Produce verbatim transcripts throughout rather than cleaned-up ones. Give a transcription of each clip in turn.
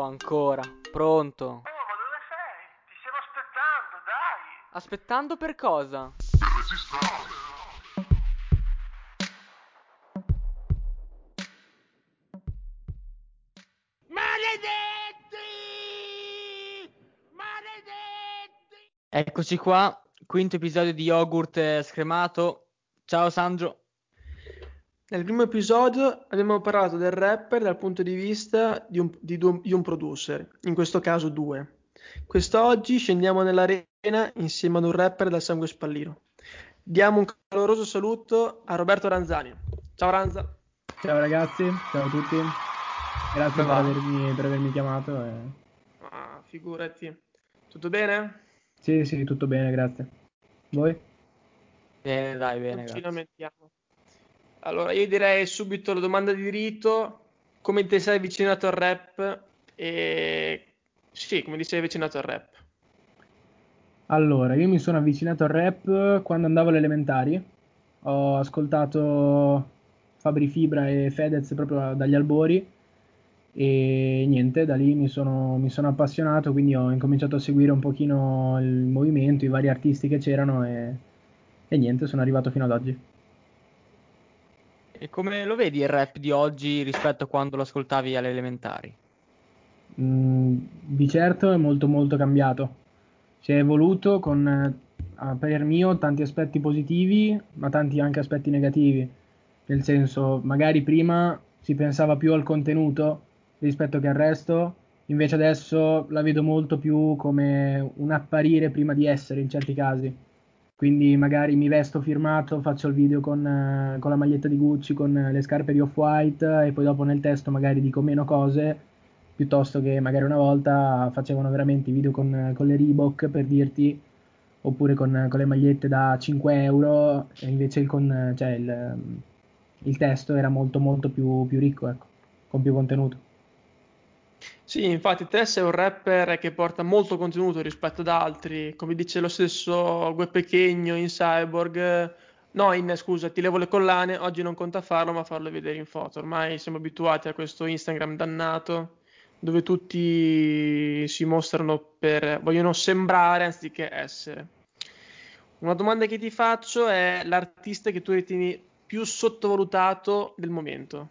ancora. Pronto? Oh, ma dove sei? Ti stiamo aspettando, dai! Aspettando per cosa? Maledetti! Maledetti! Eccoci qua, quinto episodio di Yogurt eh, scremato. Ciao Sandro. Nel primo episodio abbiamo parlato del rapper dal punto di vista di un, di due- di un producer, in questo caso due. Quest'oggi scendiamo nell'arena insieme ad un rapper dal sangue spallino. Diamo un caloroso saluto a Roberto Ranzani. Ciao Ranza. Ciao ragazzi, ciao a tutti, grazie Come per va? avermi, per avermi chiamato. e- Ah, figurati. Tutto bene? Sì, sì, tutto bene, grazie. Voi? Bene, dai, Non bene, ci grazie. lamentiamo. Allora, io direi subito la domanda di rito. Come ti sei avvicinato al rap? E... Sì, come ti sei avvicinato al rap? Allora, io mi sono avvicinato al rap quando andavo alle elementari, ho ascoltato Fabri Fibra e Fedez proprio dagli albori e niente, da lì mi sono, mi sono appassionato, quindi ho incominciato a seguire un pochino il movimento, i vari artisti che c'erano e, e niente, sono arrivato fino ad oggi. E come lo vedi il rap di oggi rispetto a quando lo ascoltavi alle elementari? Mm, di certo è molto molto cambiato. Si è evoluto con, eh, a parer mio, tanti aspetti positivi, ma tanti anche aspetti negativi. Nel senso, magari prima si pensava più al contenuto rispetto che al resto, invece adesso la vedo molto più come un apparire prima di essere in certi casi. Quindi magari mi vesto firmato, faccio il video con, eh, con la maglietta di Gucci, con eh, le scarpe di Off-White e poi dopo nel testo magari dico meno cose, piuttosto che magari una volta facevano veramente i video con, con le Reebok per dirti, oppure con, con le magliette da cinque euro, e invece il, con, cioè il, il testo era molto molto più, più ricco, ecco, con più contenuto. Sì, infatti te sei un rapper che porta molto contenuto rispetto ad altri, come dice lo stesso Gue Pequeno in Cyborg. No, in scusa, ti levo le collane, oggi non conta farlo, ma farlo vedere in foto. Ormai siamo abituati a questo Instagram dannato, dove tutti si mostrano per, vogliono sembrare anziché essere. Una domanda che ti faccio è l'artista che tu ritieni più sottovalutato del momento.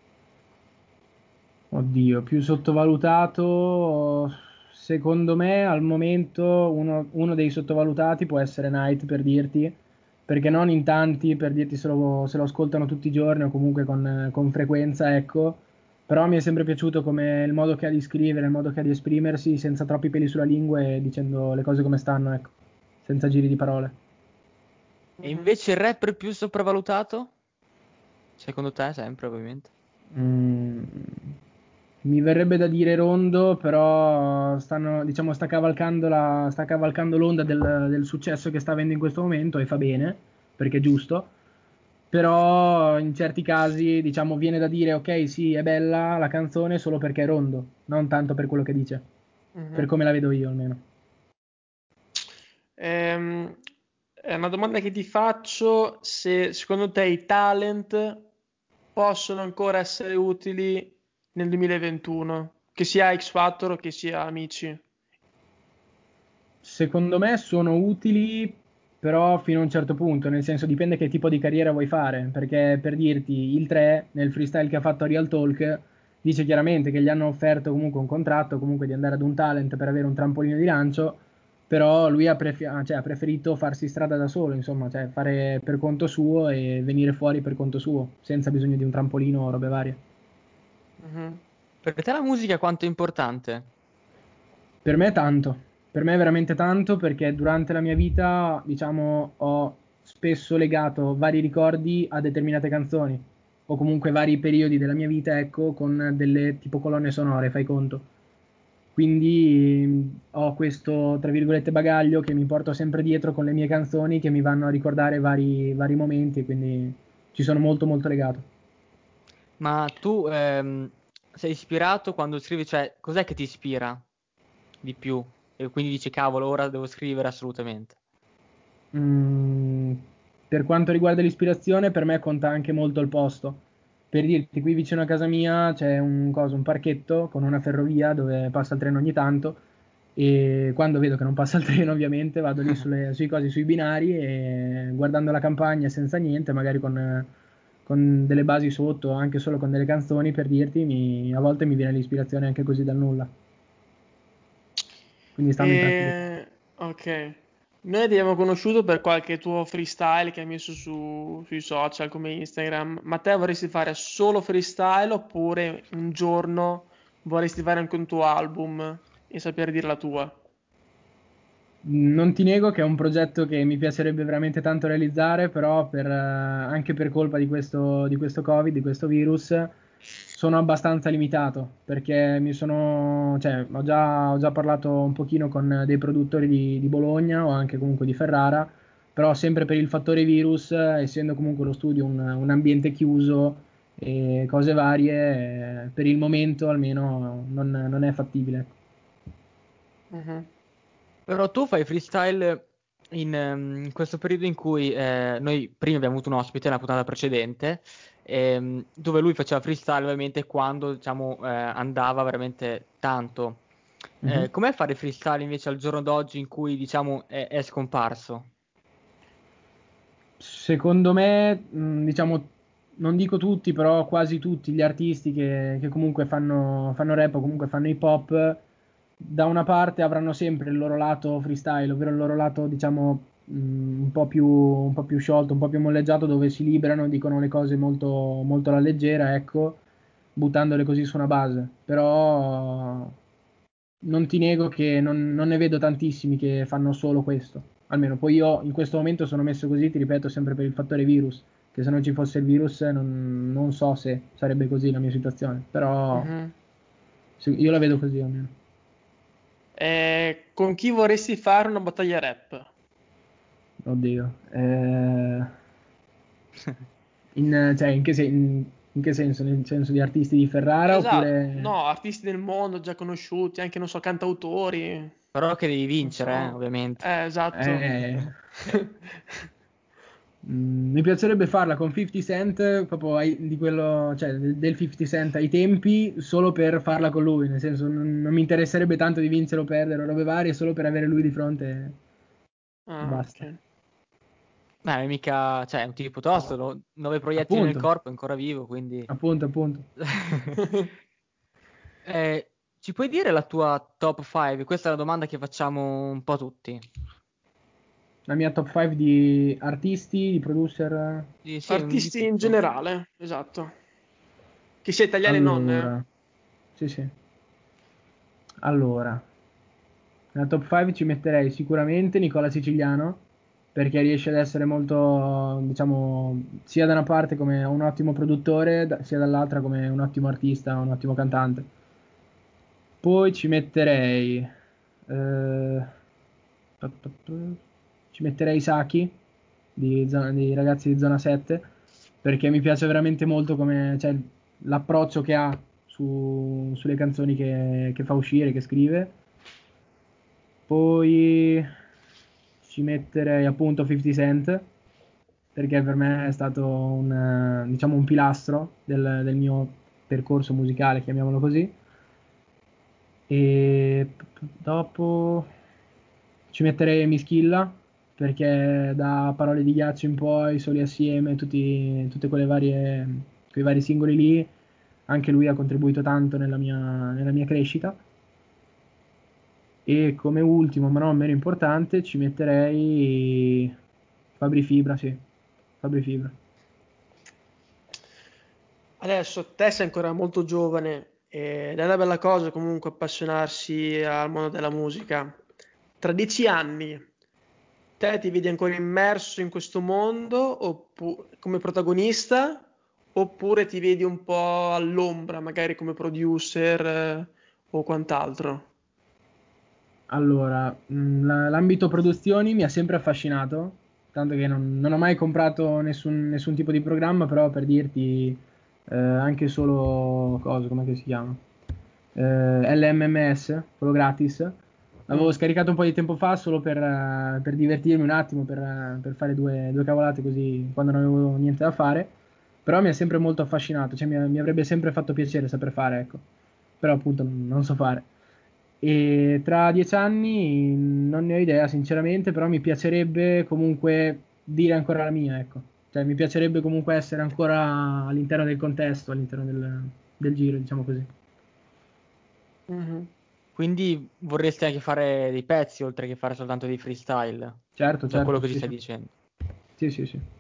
Oddio, più sottovalutato, secondo me al momento uno, uno dei sottovalutati può essere Night per dirti, perché non in tanti per dirti se lo, se lo ascoltano tutti i giorni o comunque con, con frequenza, ecco, però mi è sempre piaciuto come il modo che ha di scrivere, il modo che ha di esprimersi senza troppi peli sulla lingua e dicendo le cose come stanno, ecco, senza giri di parole. E Mhm. invece il rapper più sopravvalutato? Secondo te, sempre, ovviamente. Mm, mi verrebbe da dire Rondo, però stanno, diciamo, sta cavalcando la, sta cavalcando l'onda del, del successo che sta avendo in questo momento e fa bene, perché è giusto. Però in certi casi, diciamo, viene da dire ok, sì, è bella la canzone solo perché è Rondo, non tanto per quello che dice, per Mhm. come la vedo io almeno. Ehm, è una domanda che ti faccio, se secondo te i talent possono ancora essere utili nel duemilaventuno, che sia X Factor o che sia Amici. Secondo me sono utili, però fino a un certo punto, nel senso dipende che tipo di carriera vuoi fare, perché per dirti, il tre, nel freestyle che ha fatto a Real Talk, dice chiaramente che gli hanno offerto comunque un contratto, comunque di andare ad un talent per avere un trampolino di lancio, però lui ha, prefi- ah, cioè, ha preferito farsi strada da solo, insomma, cioè fare per conto suo e venire fuori per conto suo, senza bisogno di un trampolino o robe varie. Mhm. Per te la musica quanto è importante? Per me è tanto, per me è veramente tanto perché durante la mia vita, diciamo, ho spesso legato vari ricordi a determinate canzoni o comunque vari periodi della mia vita, ecco, con delle tipo colonne sonore, fai conto. Quindi mh, ho questo, tra virgolette, bagaglio che mi porto sempre dietro con le mie canzoni che mi vanno a ricordare vari, vari momenti, quindi ci sono molto molto legato. Ma tu ehm, sei ispirato quando scrivi, cioè, cos'è che ti ispira di più? E quindi dici, cavolo, ora devo scrivere assolutamente. Mm, per quanto riguarda l'ispirazione, per me conta anche molto il posto. per dirti, qui vicino a casa mia c'è un, coso, un parchetto con una ferrovia dove passa il treno ogni tanto, e quando vedo che non passa il treno ovviamente vado lì sulle, sui cosi, sui binari, e guardando la campagna senza niente, magari con, con delle basi sotto, anche solo con delle canzoni, per dirti, mi, a volte mi viene l'ispirazione anche così dal nulla. Quindi stando in pratica. E... Ok. Noi ti abbiamo conosciuto per qualche tuo freestyle che hai messo su- sui social come Instagram, ma te vorresti fare solo freestyle oppure un giorno vorresti fare anche un tuo album e saper dire la tua? Non ti nego che è un progetto che mi piacerebbe veramente tanto realizzare, però per, eh, anche per colpa di questo, di questo Covid, di questo virus, sono abbastanza limitato, perché mi sono, cioè, ho già, ho già parlato un pochino con dei produttori di, di Bologna o anche comunque di Ferrara, però sempre per il fattore virus, eh, essendo comunque lo studio un, un ambiente chiuso e cose varie, eh, per il momento almeno non, non è fattibile. Mhm. Però tu fai freestyle in, ehm, in questo periodo in cui eh, noi prima abbiamo avuto un ospite nella puntata precedente, ehm, dove lui faceva freestyle ovviamente quando diciamo eh, andava veramente tanto. Mhm. Eh, com'è fare freestyle invece al giorno d'oggi in cui diciamo è, è scomparso? Secondo me, mh, diciamo, non dico tutti, però quasi tutti gli artisti che, che comunque fanno, fanno rap o comunque fanno hip hop, da una parte avranno sempre il loro lato freestyle, ovvero il loro lato, diciamo, mh, un po' più, un po' più sciolto, un po' più molleggiato, dove si liberano, dicono le cose molto, molto alla leggera, ecco, buttandole così su una base. Però non ti nego che non, non ne vedo tantissimi che fanno solo questo. Almeno poi io in questo momento sono messo così, ti ripeto, sempre per il fattore virus, che se non ci fosse il virus non, non so se sarebbe così la mia situazione, però Mhm. sì, io la vedo così almeno. E con chi vorresti fare una battaglia rap? Oddio. Eh, in, cioè, in che, se- in- in che senso? Nel senso di artisti di Ferrara Esatto, oppure... no, artisti del mondo già conosciuti, anche non so, cantautori, Però che devi non vincere, eh, so. ovviamente. Eh, esatto. Eh, Mm, mi piacerebbe farla con fifty Cent, proprio ai- di quello, cioè del, del fifty Cent ai tempi, solo per farla con lui, nel senso non, non mi interesserebbe tanto di vincere o perdere o robe varie, solo per avere lui di fronte e Ah, basta. ok. Beh, mica, cioè, è un tipo tosto, no? Nove proiettili nel Appunto, corpo, è ancora vivo, quindi... appunto, appunto. Eh, ci puoi dire la tua top cinque? Questa è la domanda che facciamo un po' tutti. La mia top five di artisti, di producer. Sì, sì, un- di Artisti in tutto. generale, esatto. Che sia italiani e non, eh. Allora, sì, sì. Allora, nella top cinque ci metterei sicuramente Nicola Siciliano, perché riesce ad essere molto, diciamo, sia da una parte come un ottimo produttore, da- sia dall'altra come un ottimo artista, un ottimo cantante. Poi ci metterei, eh, ci metterei Saki, di, Zona- di Ragazzi di Zona sette, perché mi piace veramente molto come, cioè, l'approccio che ha su- sulle canzoni che, che fa uscire, che scrive. Poi ci metterei appunto fifty Cent, perché per me è stato un, eh, diciamo un pilastro del, del mio percorso musicale, chiamiamolo così. E p- p- dopo ci metterei Mischilla, perché da Parole di ghiaccio in poi, Soli assieme, tutti, tutte quelle varie, quei vari singoli lì, anche lui ha contribuito tanto nella mia, nella mia crescita. E come ultimo, ma non meno importante, ci metterei Fabri Fibra, sì. Fabri Fibra. Adesso te sei ancora molto giovane ed è una bella cosa comunque appassionarsi al mondo della musica. Tra dieci anni, te ti vedi ancora immerso in questo mondo oppu- come protagonista oppure ti vedi un po' all'ombra, magari come producer eh, o quant'altro? Allora, mh, la- l'ambito produzioni mi ha sempre affascinato, tanto che non, non ho mai comprato nessun, nessun tipo di programma, però per dirti eh, anche solo cosa, come che si chiama? Eh, L M M S, quello gratis. L'avevo Mm. scaricato un po' di tempo fa solo per, eh, per divertirmi un attimo, per, eh, per fare due, due cavolate così quando non avevo niente da fare. Però mi ha sempre molto affascinato, cioè mi, mi avrebbe sempre fatto piacere saper fare, ecco. Però appunto non, non so fare. E tra dieci anni non ne ho idea, sinceramente, però mi piacerebbe comunque dire ancora la mia, ecco. Cioè mi piacerebbe comunque essere ancora all'interno del contesto, all'interno del, del giro, diciamo così. Mhm. Quindi vorresti anche fare dei pezzi oltre che fare soltanto dei freestyle, Certo, da quello certo, che ci sì, stai sì. dicendo. Sì, sì, sì.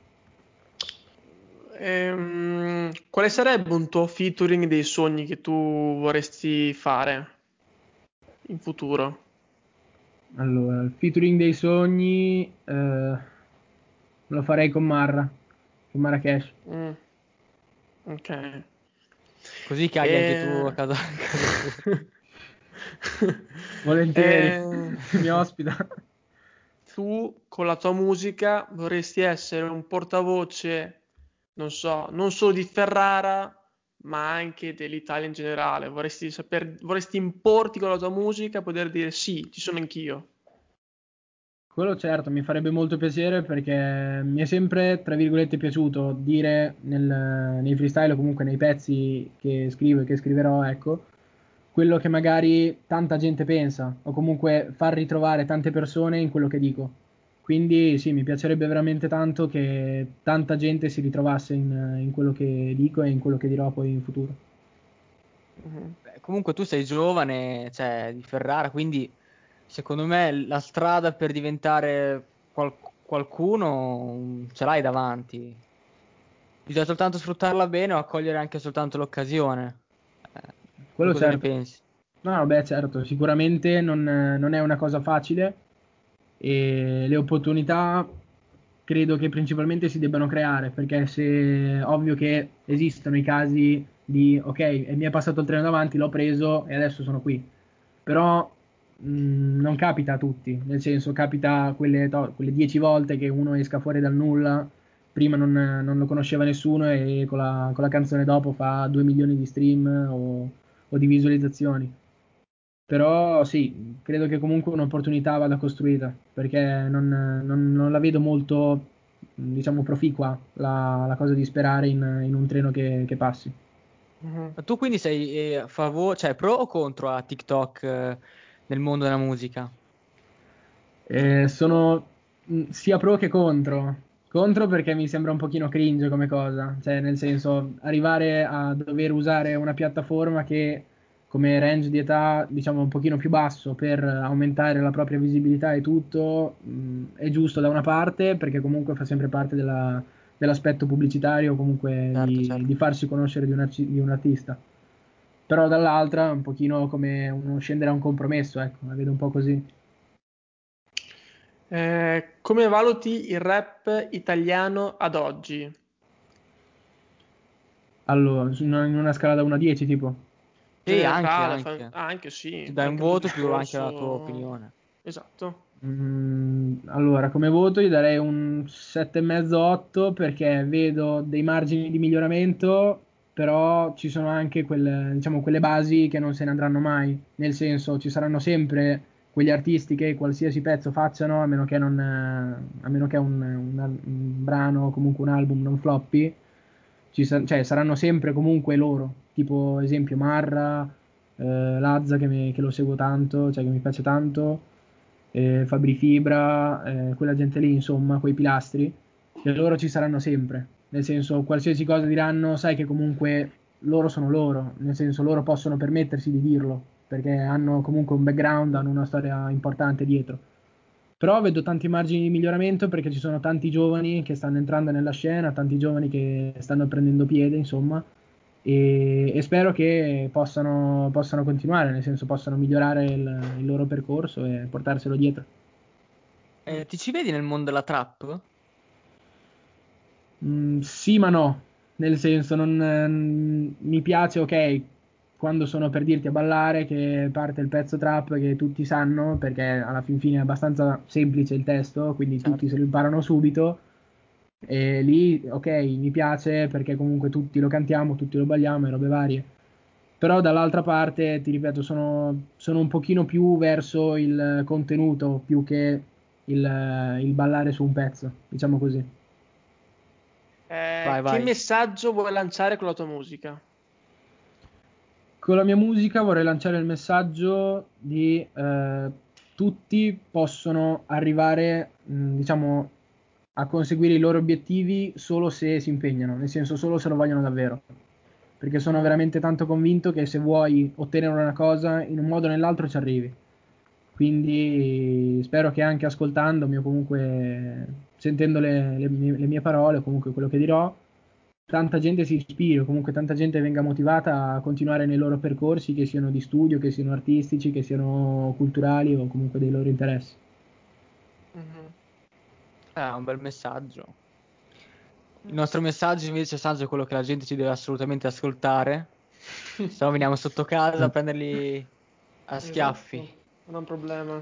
Ehm, quale sarebbe un tuo featuring dei sogni che tu vorresti fare in futuro? Allora, il featuring dei sogni eh, lo farei con Marra, con Marrakesh. Mm, ok. Così caghi anche tu a E... casa, a casa tua. Volentieri, e... mi ospita. Tu con la tua musica vorresti essere un portavoce, non so, non solo di Ferrara, ma anche dell'Italia in generale. Vorresti saper, vorresti importi con la tua musica, poter dire sì, ci sono anch'io. Quello certo, mi farebbe molto piacere perché mi è sempre, tra virgolette, piaciuto dire nel- nei freestyle o comunque nei pezzi che scrivo e che scriverò, ecco, quello che magari tanta gente pensa o comunque far ritrovare tante persone in quello che dico. Quindi sì, mi piacerebbe veramente tanto che tanta gente si ritrovasse in, in quello che dico e in quello che dirò poi in futuro. Mhm. Beh, comunque tu sei giovane, cioè di Ferrara, quindi secondo me la strada per diventare qual- qualcuno mm, ce l'hai davanti. Bisogna soltanto sfruttarla bene o accogliere anche soltanto l'occasione. Eh, tu Quello cosa ne certo. pensi? No, no, beh, certo, sicuramente non, non è una cosa facile e le opportunità credo che principalmente si debbano creare, perché se ovvio che esistono i casi di ok, e mi è passato il treno davanti, l'ho preso e adesso sono qui. Però mh, non capita a tutti, nel senso capita quelle, to- quelle dieci volte che uno esca fuori dal nulla, prima non, non lo conosceva nessuno e con la, con la canzone dopo fa due milioni di stream o o di visualizzazioni. Però sì, credo che comunque un'opportunità vada costruita, perché non, non- non la vedo molto, diciamo, proficua la, la cosa di sperare in, in un treno che, che passi. Mhm. Ma tu quindi sei eh, a favore, cioè pro o contro a TikTok eh, nel mondo della musica? Eh, sono mh, sia pro che contro. Contro perché mi sembra un pochino cringe come cosa, cioè nel senso arrivare a dover usare una piattaforma che come range di età diciamo un pochino più basso per aumentare la propria visibilità e tutto mh, è giusto da una parte perché comunque fa sempre parte della- dell'aspetto pubblicitario o comunque Certo, di, certo. di farsi conoscere di un, arci- di un artista. Però dall'altra è un pochino come uno scendere a un compromesso, ecco, la vedo un po' così. Eh, come valuti il rap italiano ad oggi? Allora, su una- in una scala da uno a dieci, tipo. Sì, anche, Generale, fa- anche. ah, anche sì, Ti dai un anche nel voto più anche la tua discorso. opinione. Esatto. Mm, allora, come voto gli darei un sette virgola cinque otto perché vedo dei margini di miglioramento, però ci sono anche quelle, diciamo, quelle basi che non se ne andranno mai. Nel senso, ci saranno sempre quegli artisti che qualsiasi pezzo facciano, a meno che, non, eh, a meno che un, un al- un brano o comunque un album non floppi, ci sa- cioè, saranno sempre comunque loro. Tipo, esempio, Marra, eh, Lazza che, mi- che lo seguo tanto, cioè che mi piace tanto, eh, Fabri Fibra, eh, quella gente lì, insomma, quei pilastri, che loro ci saranno sempre. Nel senso, qualsiasi cosa diranno, sai che comunque loro sono loro, nel senso loro possono permettersi di dirlo, perché hanno comunque un background, hanno una storia importante dietro. Però vedo tanti margini di miglioramento perché ci sono tanti giovani che stanno entrando nella scena, tanti giovani che stanno prendendo piede, insomma, e, e spero che possano, possano continuare, nel senso possano migliorare il, il loro percorso e portarselo dietro. Mm. Eh, ti ci vedi nel mondo della trap? Mm, sì, ma no, nel senso non ehm, mi piace, ok, quando sono per dirti a ballare che parte il pezzo trap che tutti sanno, perché alla fin fine è abbastanza semplice il testo, quindi tutti Certo. se lo imparano subito. E lì, ok, mi piace perché comunque tutti lo cantiamo, tutti lo balliamo e robe varie. Però dall'altra parte, ti ripeto, sono, sono un pochino più verso il contenuto più che il, il ballare su un pezzo, diciamo così. Eh, Vai, che vai. messaggio vuoi lanciare con la tua musica? Con la mia musica vorrei lanciare il messaggio di eh, tutti possono arrivare, mh, diciamo, a conseguire i loro obiettivi solo se si impegnano, nel senso solo se lo vogliono davvero. Perché sono Mm. veramente tanto convinto che se vuoi ottenere una cosa, in un modo o nell'altro ci arrivi. Quindi spero che anche ascoltandomi o comunque sentendo le, le mie, le mie parole o comunque quello che dirò, tanta gente si ispiri o comunque tanta gente venga motivata a continuare nei loro percorsi, che siano di studio, che siano artistici, che siano culturali o comunque dei loro interessi. Mhm. È un bel messaggio. Il nostro messaggio invece, Sanzo, è quello che la gente ci deve assolutamente ascoltare. Se no veniamo sotto casa a prenderli a schiaffi. Esatto, non è un problema.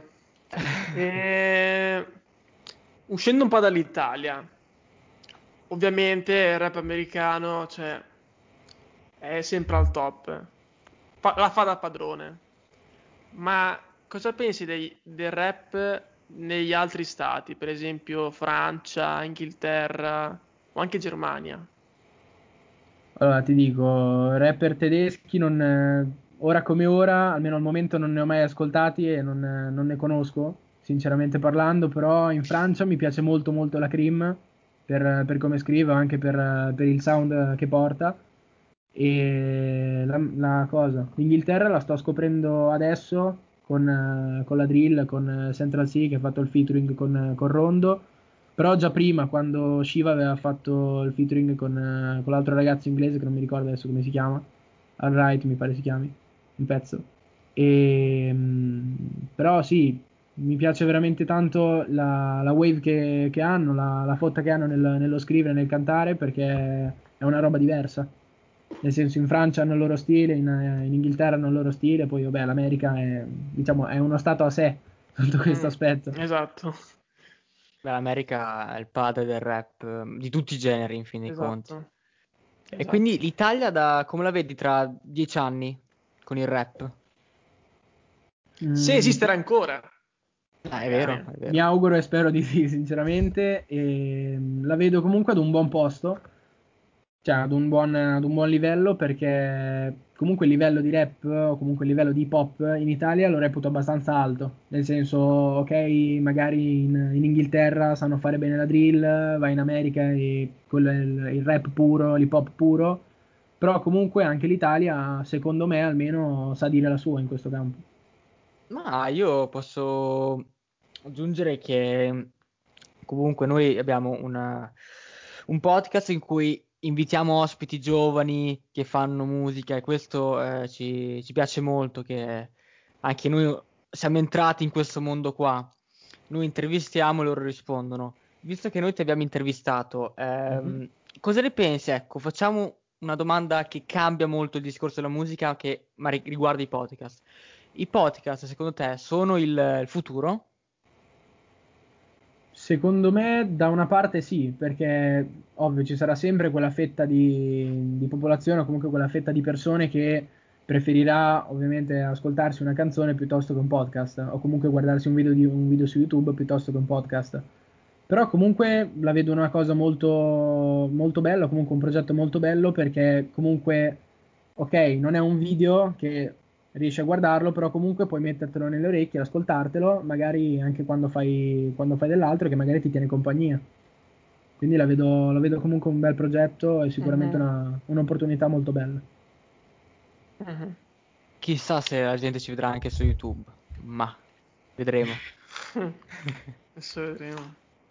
E... Uscendo un po' dall'Italia, ovviamente il rap americano, cioè, è sempre al top. Fa- la fa da padrone. Ma cosa pensi dei- del rap negli altri stati? Per esempio Francia, Inghilterra o anche Germania? Allora, ti dico, rapper tedeschi, non, eh, ora come ora, almeno al momento non ne ho mai ascoltati e non, eh, non ne conosco, sinceramente parlando, però in Francia mi piace molto molto la Cream, per, per come scrive, anche per, eh, per il sound che porta. E la, la cosa, l'Inghilterra la sto scoprendo adesso con, eh, con la drill, con eh, Central C che ha fatto il featuring con, eh, con Rondo. Però già prima, quando Shiva aveva fatto il featuring con, eh, con l'altro ragazzo inglese, che non mi ricordo adesso come si chiama, All Right mi pare si chiami, un pezzo. E, mm, però sì, mi piace veramente tanto la, la wave che, che hanno, la, la fotta che hanno nel- nello scrivere, nel cantare, perché è una roba diversa. Nel senso, in Francia hanno il loro stile, in, in Inghilterra hanno il loro stile, poi vabbè, l'America è, diciamo, è uno stato a sé sotto questo Mm, aspetto. esatto, Beh, l'America è il padre del rap, eh, di tutti i generi, in fin dei conti. esatto, E esatto. quindi l'Italia, da, come la vedi tra dieci anni con il rap? Se Mm, esisterà ancora, Ah, è vero, magari. è Mi vero. auguro e spero di sì, sinceramente. E mm, la vedo comunque ad un buon posto, cioè ad un buon, ad un buon livello, perché comunque il livello di rap o comunque il livello di hip hop in Italia lo reputo abbastanza alto. Nel senso, ok, magari in, in Inghilterra sanno fare bene la drill, vai in America e quello è il, il rap puro, l'hip hop puro, però comunque anche l'Italia, secondo me, almeno sa dire la sua in questo campo. Ma io posso aggiungere che comunque noi abbiamo una- un podcast in cui invitiamo ospiti giovani che fanno musica e questo eh, ci, ci piace molto, che anche noi siamo entrati in questo mondo qua. Noi intervistiamo e loro rispondono. Visto che noi ti abbiamo intervistato, Mhm. ehm, cosa ne pensi? Ecco, facciamo una domanda che cambia molto il discorso della musica, che ma ri- riguarda i podcast. I podcast, secondo te, sono il, il futuro? Secondo me, da una parte sì, perché ovvio ci sarà sempre quella fetta di, di popolazione o comunque quella fetta di persone che preferirà ovviamente ascoltarsi una canzone piuttosto che un podcast o comunque guardarsi un video, di, un video su YouTube piuttosto che un podcast. Però comunque la vedo una cosa molto, molto bella, comunque un progetto molto bello perché comunque, ok, non è un video che riesci a guardarlo, però comunque puoi mettertelo nelle orecchie, ascoltartelo, magari anche quando fai, quando fai dell'altro che magari ti tiene compagnia. Quindi la vedo, la vedo comunque un bel progetto e sicuramente Mhm, una- un'opportunità molto bella. mhm. Chissà se la gente ci vedrà anche su YouTube, ma vedremo. Adesso vedremo.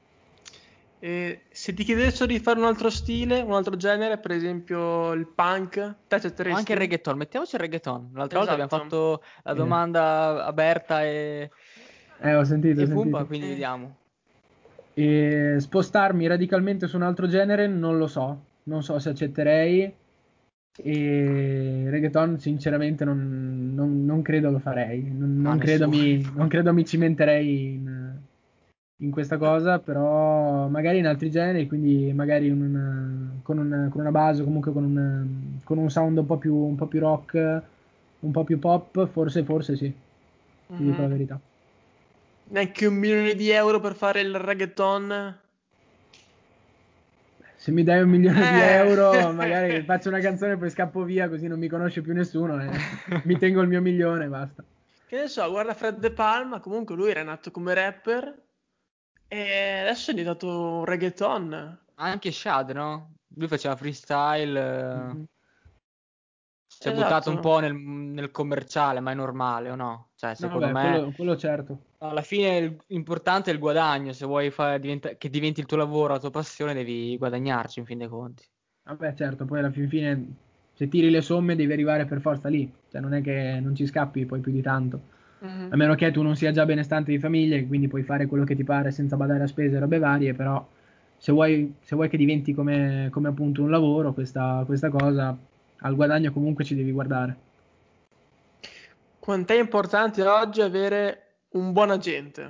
E se ti chiedessero di fare un altro stile, un altro genere, per esempio il punk, te O anche il accetteresti? reggaeton, mettiamoci il reggaeton. L'altra volta abbiamo Esatto. fatto la Eh, domanda aperta e, eh, ho sentito, ho e pumpa, sentito. quindi Mm. vediamo. E spostarmi radicalmente su un altro genere non lo so, non so se accetterei. E reggaeton sinceramente non, non- non credo lo farei, non, Ma non credo nessuno. mi, non credo mi cimenterei in, in questa cosa, però magari in altri generi, quindi magari in una- con, una, con una base o comunque con un, con un sound un po' più, un po' più rock, un po' più pop, forse, forse sì, ti dico la Mhm. verità. Neanche un milione di euro per fare il reggaeton? se mi dai un milione di Eh. euro, magari faccio una canzone e poi scappo via, così non mi conosce più nessuno e mi tengo il mio milione e basta. Che ne so, guarda Fred De Palma, comunque lui era nato come rapper e adesso è diventato un reggaeton. Anche Shad, no? Lui faceva freestyle, eh, Mhm. si è buttato un Esatto. po' nel, nel commerciale, ma è normale, o no? Cioè, No, secondo vabbè, me, quello, quello certo. alla fine il- l'importante è il guadagno. Se vuoi fare diventa- che diventi il tuo lavoro, la tua passione, devi guadagnarci, in fin dei conti. Vabbè, certo, poi alla fin fine, se tiri le somme devi arrivare per forza lì. Cioè, non è che non ci scappi poi più di tanto. A Mhm. meno che tu non sia già benestante di famiglia e quindi puoi fare quello che ti pare senza badare a spese e robe varie, però se vuoi, se vuoi che diventi come, come appunto un lavoro, questa, questa cosa, al guadagno comunque ci devi guardare. Quant'è importante oggi avere un buon agente?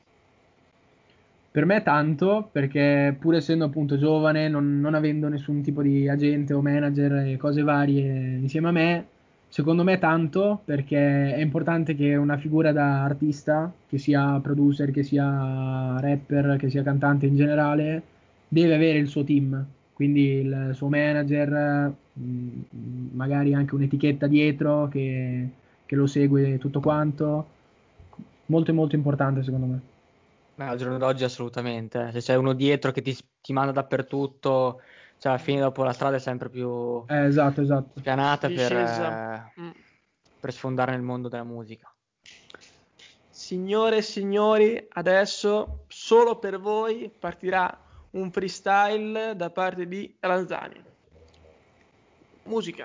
Per me tanto, perché pur essendo appunto giovane, non, non avendo nessun tipo di agente o manager e cose varie insieme a me, secondo me tanto, perché è importante che una figura da artista, che sia producer, che sia rapper, che sia cantante in generale, deve avere il suo team, quindi il suo manager, mh, magari anche un'etichetta dietro che, che lo segue tutto quanto. Molto molto importante secondo me. Beh, al giorno d'oggi assolutamente. eh. Se c'è uno dietro che ti, ti manda dappertutto, cioè alla fine dopo la strada è sempre più Eh, esatto, esatto. spianata per, Discesa. eh, Mm. per sfondare nel mondo della musica. Signore e signori, adesso solo per voi partirà un freestyle da parte di Ranzani. Musica.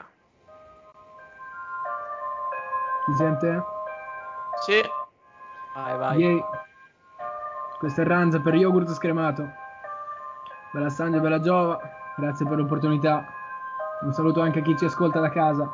Si sente? Sì. Vai, vai. Yay. Questo è Ranza per yogurt scremato. Bella Sangia, bella Giova. Grazie per l'opportunità. Un saluto anche a chi ci ascolta da casa.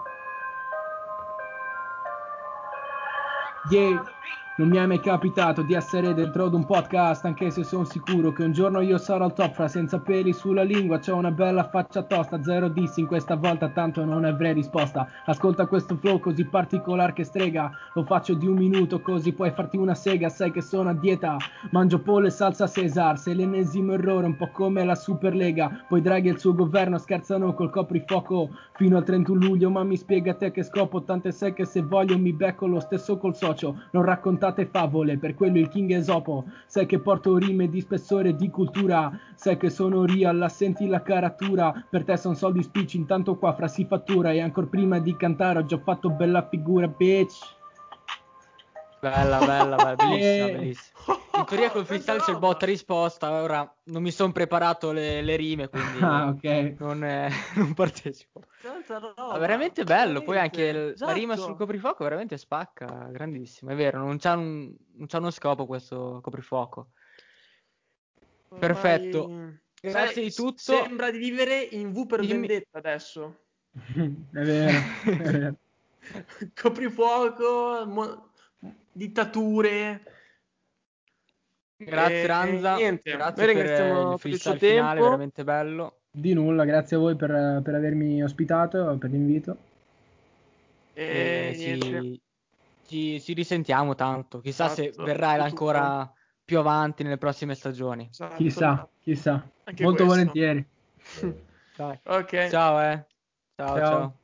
Yay. Non mi è mai capitato di essere dentro ad un podcast, anche se sono sicuro che un giorno io sarò al top, fra senza peli sulla lingua, c'ho una bella faccia tosta, zero dissing questa volta, tanto non avrei risposta. Ascolta questo flow così particolare che strega, lo faccio di un minuto così puoi farti una sega, sai che sono a dieta, mangio pollo e salsa Cesar, sei l'ennesimo errore, un po' come la Superlega, poi Draghi e il suo governo scherzano col coprifuoco fino al trentuno luglio, ma mi spiega te che scopo, tante sai che se voglio mi becco lo stesso col socio, non raccontate favole, per quello il king Esopo, sai che porto rime di spessore e di cultura, sai che sono real, la senti la caratura, per te son soldi spicci, intanto qua fra si fattura, e ancora prima di cantare ho già fatto bella figura, bitch. Bella, bella, bella, bellissima, Yeah. bellissima. In teoria col Tanta freestyle c'è il roba. botta risposta, ora non mi sono preparato le, le rime, Ah, quindi ok. non, eh, non partecipo. Tanta Ma roba. veramente bello, poi anche Veramente. il- la rima sul Esatto. coprifuoco veramente spacca, grandissimo, è vero, non c'ha, un- non c'ha uno scopo questo coprifuoco. Perfetto, Ormai. grazie Sai, di s- tutto. sembra di vivere in V per Dimmi... Vendetta adesso. È vero, è vero. Coprifuoco, mo- dittature. Grazie E, e Ranza, niente, grazie noi per eh, il ringraziamo per il suo freestyle finale, tempo. veramente bello. Di nulla, grazie a voi per, per avermi ospitato, per l'invito. E E niente, ci, ci, ci risentiamo tanto. Chissà se esatto, verrai futuro. ancora più avanti nelle prossime stagioni. Esatto, Chissà, chissà. anche Molto questo. volentieri. Dai. Ok. Ciao, eh. Ciao, Ciao. ciao.